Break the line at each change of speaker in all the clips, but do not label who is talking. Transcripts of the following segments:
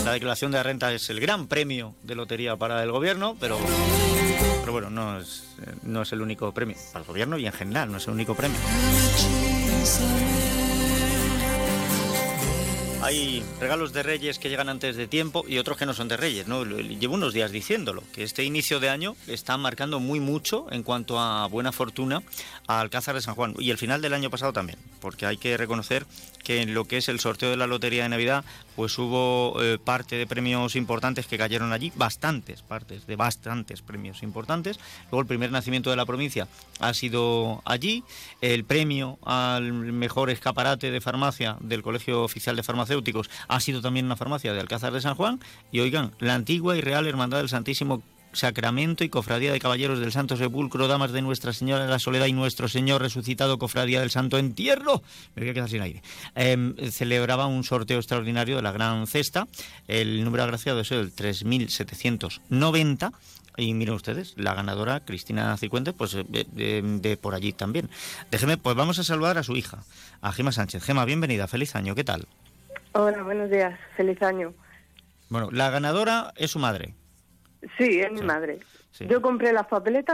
La declaración de la renta es el gran premio de lotería para el gobierno, pero bueno, no es el único premio. Para el gobierno y en general no es el único premio. Hay regalos de Reyes que llegan antes de tiempo y otros que no son de Reyes, ¿no? Llevo unos días diciéndolo, que este inicio de año está marcando mucho en cuanto a buena fortuna a Alcázar de San Juan, y el final del año pasado también, porque hay que reconocer que en lo que es el sorteo de la Lotería de Navidad, pues hubo parte de premios importantes que cayeron allí, bastantes premios importantes. Luego el primer nacimiento de la provincia ha sido allí, el premio al mejor escaparate de farmacia del Colegio Oficial de Farmacéuticos ha sido también una farmacia de Alcázar de San Juan, y oigan, la antigua y real Hermandad del Santísimo Sacramento y Cofradía de Caballeros del Santo Sepulcro, Damas de Nuestra Señora de la Soledad y Nuestro Señor Resucitado, Cofradía del Santo Entierro, me voy a quedar sin aire, celebraba un sorteo extraordinario de la gran cesta. El número agraciado es el 3790. Y miren ustedes, la ganadora, Cristina Cicuente, pues de por allí también. Déjeme, pues vamos a saludar a su hija, a Gema Sánchez. Gema, bienvenida, feliz año, ¿qué tal?
Hola, buenos días, feliz año.
Bueno, la ganadora es su madre.
Sí, es mi madre.
Sí.
Yo compré las papeletas,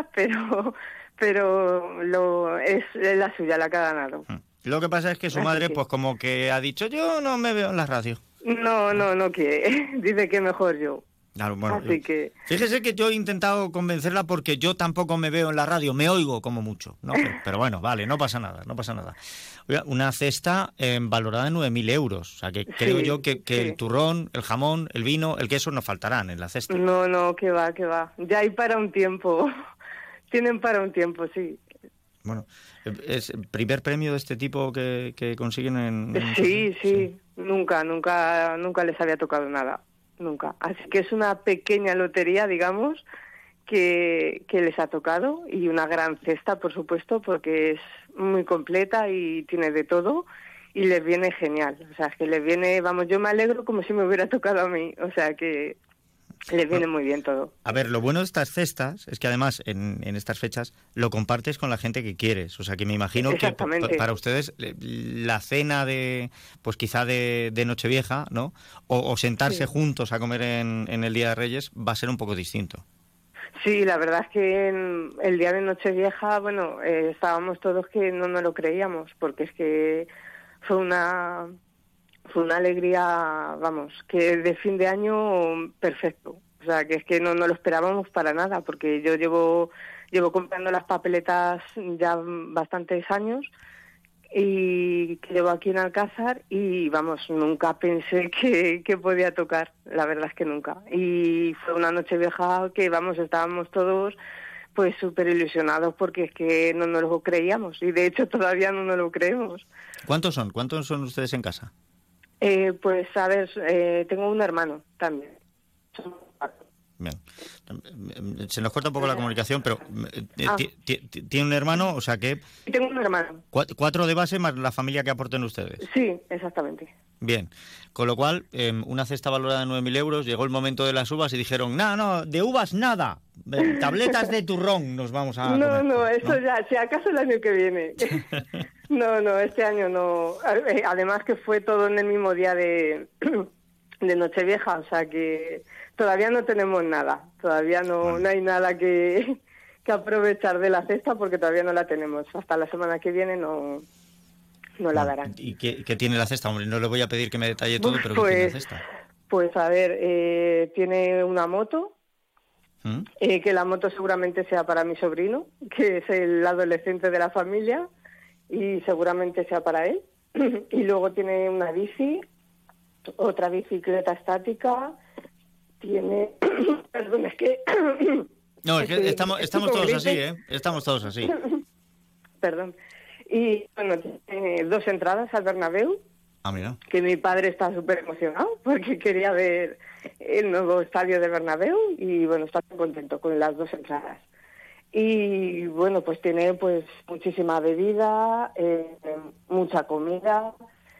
pero es la suya la que ha ganado.
Lo que pasa es que su madre, pues como que ha dicho, yo no me veo en la radio.
No quiere. Dice que mejor yo.
Claro, bueno,
así que...
Fíjese que yo he intentado convencerla porque yo tampoco me veo en la radio, me oigo como mucho, ¿no? Pero bueno, vale, no pasa nada. Oiga, una cesta valorada en 9.000 euros, o sea que creo yo que el turrón, el jamón, el vino, el queso no faltarán en la cesta.
No, que va. Ya hay para un tiempo, tienen para un tiempo, sí.
Bueno, ¿es el primer premio de este tipo que consiguen en
Sí, nunca les había tocado nada. Nunca. Así que es una pequeña lotería, digamos, que les ha tocado, y una gran cesta, por supuesto, porque es muy completa y tiene de todo y les viene genial. O sea, que les viene, vamos, yo me alegro como si me hubiera tocado a mí. O sea, que les viene muy bien todo.
A ver, lo bueno de estas cestas es que además en estas fechas lo compartes con la gente que quieres. O sea, que me imagino que para ustedes la cena de, pues quizá de Nochevieja, ¿no? O sentarse juntos a comer en el Día de Reyes va a ser un poco distinto. Sí,
la verdad es que en el día de Nochevieja, bueno, estábamos todos que no nos lo creíamos, porque es que fue una alegría, vamos, que de fin de año perfecto. O sea, que es que no lo esperábamos para nada, porque yo llevo comprando las papeletas ya bastantes años, y que llevo aquí en Alcázar, y vamos, nunca pensé que podía tocar, la verdad es que nunca. Y fue una noche vieja que, vamos, estábamos todos pues súper ilusionados, porque es que no nos lo creíamos, y de hecho todavía no nos lo creemos.
¿Cuántos son ustedes en casa?
Pues a ver, tengo un hermano también.
Bien. Se nos corta un poco la comunicación, pero ¿tiene un hermano? O sea que...
Tengo un hermano.
4 de base más la familia que aporten ustedes.
Sí, exactamente.
Bien, con lo cual, una cesta valorada en 9.000 euros, llegó el momento de las uvas y dijeron, no, de uvas nada, tabletas de turrón nos vamos a comer.
No, eso ya, si acaso el año que viene. No, este año no. Además que fue todo en el mismo día de Nochevieja, o sea que todavía no tenemos nada, todavía no hay nada que aprovechar de la cesta, porque todavía no la tenemos. Hasta la semana que viene no la darán.
¿Y qué tiene la cesta? Hombre, no le voy a pedir que me detalle todo, pero ¿qué tiene la cesta?
Pues a ver, tiene una moto, que la moto seguramente sea para mi sobrino, que es el adolescente de la familia, y seguramente sea para él. Y luego tiene una bici, otra bicicleta estática, tiene... Perdón, es que...
No, es que estamos todos así, ¿eh? Estamos todos así.
Perdón. Y bueno, tiene 2 entradas al Bernabéu.
Ah, mira.
Que mi padre está súper emocionado porque quería ver el nuevo estadio de Bernabéu, y bueno, está muy contento con las 2 entradas. Y bueno, pues tiene pues muchísima bebida, mucha comida,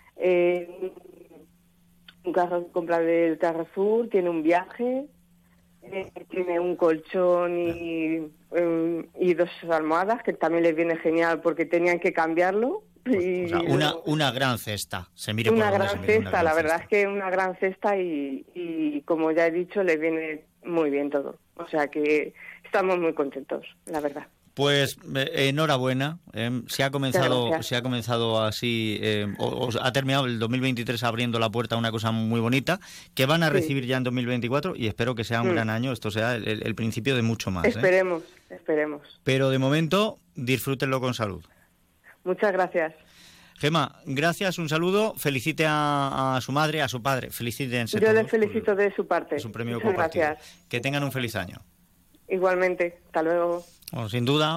un carro que compra del Carrefour, tiene un viaje, tiene un colchón y 2 almohadas, que también les viene genial porque tenían que cambiarlo
O sea, una gran cesta, se mire por
una
donde
gran
se mire, una
cesta,
gran
la verdad
cesta.
es que una gran cesta y como ya he dicho, le viene muy bien todo. O sea que estamos muy contentos, la verdad.
Pues enhorabuena, se ha comenzado así, ha terminado el 2023 abriendo la puerta a una cosa muy bonita, que van a recibir ya en 2024 y espero que sea un gran año, esto sea el principio de mucho más.
Esperemos.
Pero de momento, disfrútenlo con salud.
Muchas gracias.
Gema, gracias, un saludo, felicite a su madre, a su padre, felicítense
Yo
todos.
le felicito de su parte.
Es un premio
Muchas
compartido.
gracias.
Que tengan un feliz año.
Igualmente, hasta luego.
Bueno, sin duda,